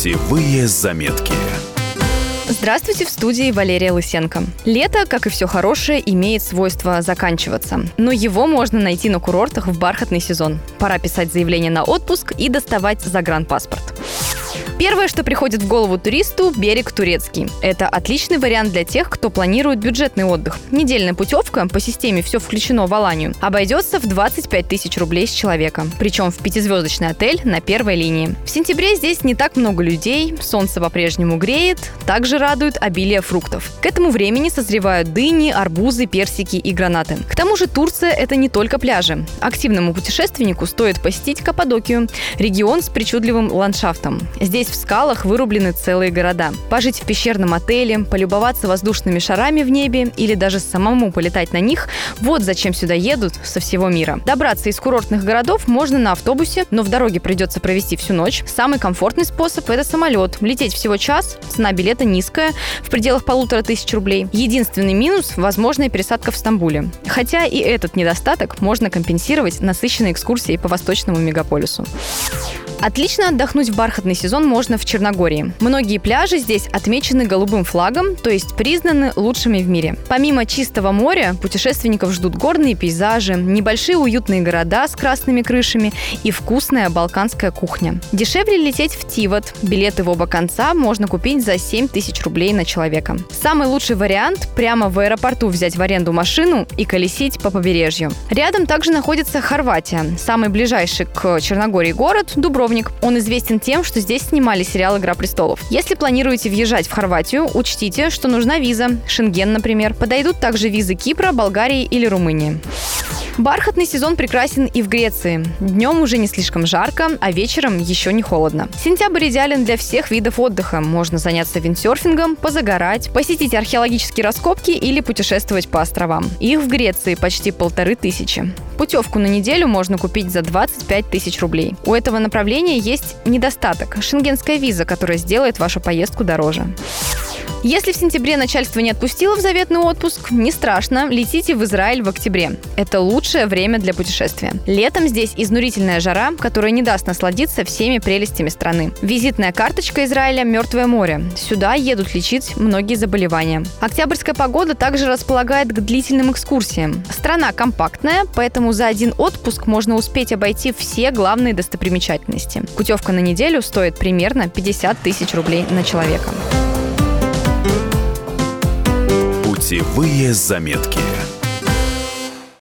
Путевые заметки. Здравствуйте, в студии Валерия Лысенко. Лето, как и все хорошее, имеет свойство заканчиваться. Но его можно найти на курортах в бархатный сезон. Пора писать заявление на отпуск и доставать загранпаспорт. Первое, что приходит в голову туристу – берег турецкий. Это отличный вариант для тех, кто планирует бюджетный отдых. Недельная путевка по системе «Все включено» в Аланию обойдется в 25 тысяч рублей с человека. Причем в 5-звездочный отель на первой линии. В сентябре здесь не так много людей, солнце по-прежнему греет, также радует обилие фруктов. К этому времени созревают дыни, арбузы, персики и гранаты. К тому же Турция – это не только пляжи. Активному путешественнику стоит посетить Каппадокию – регион с причудливым ландшафтом. Здесь в скалах вырублены целые города. Пожить в пещерном отеле, полюбоваться воздушными шарами в небе или даже самому полетать на них – вот зачем сюда едут со всего мира. Добраться из курортных городов можно на автобусе, но в дороге придется провести всю ночь. Самый комфортный способ – это самолет. Лететь всего час, цена билета низкая, в пределах 1500 рублей. Единственный минус – возможная пересадка в Стамбуле. Хотя и этот недостаток можно компенсировать насыщенной экскурсией по восточному мегаполису. Отлично отдохнуть в бархатный сезон можно в Черногории. Многие пляжи здесь отмечены голубым флагом, то есть признаны лучшими в мире. Помимо чистого моря, путешественников ждут горные пейзажи, небольшие уютные города с красными крышами и вкусная балканская кухня. Дешевле лететь в Тивот. Билеты в оба конца можно купить за 7 тысяч рублей на человека. Самый лучший вариант – прямо в аэропорту взять в аренду машину и колесить по побережью. Рядом также находится Хорватия. Самый ближайший к Черногории город – Дубровник. Он известен тем, что здесь снимали сериал «Игра престолов». Если планируете въезжать в Хорватию, учтите, что нужна виза. Шенген, например. Подойдут также визы Кипра, Болгарии или Румынии. Бархатный сезон прекрасен и в Греции. Днем уже не слишком жарко, а вечером еще не холодно. Сентябрь идеален для всех видов отдыха. Можно заняться виндсерфингом, позагорать, посетить археологические раскопки или путешествовать по островам. Их в Греции почти 1500. Путевку на неделю можно купить за 25 тысяч рублей. У этого направления есть недостаток – шенгенская виза, которая сделает вашу поездку дороже. Если в сентябре начальство не отпустило в заветный отпуск, не страшно, летите в Израиль в октябре. Это лучшее время для путешествия. Летом здесь изнурительная жара, которая не даст насладиться всеми прелестями страны. Визитная карточка Израиля – Мертвое море. Сюда едут лечить многие заболевания. Октябрьская погода также располагает к длительным экскурсиям. Страна компактная, поэтому за один отпуск можно успеть обойти все главные достопримечательности. Путевка на неделю стоит примерно 50 тысяч рублей на человека. Путевые заметки.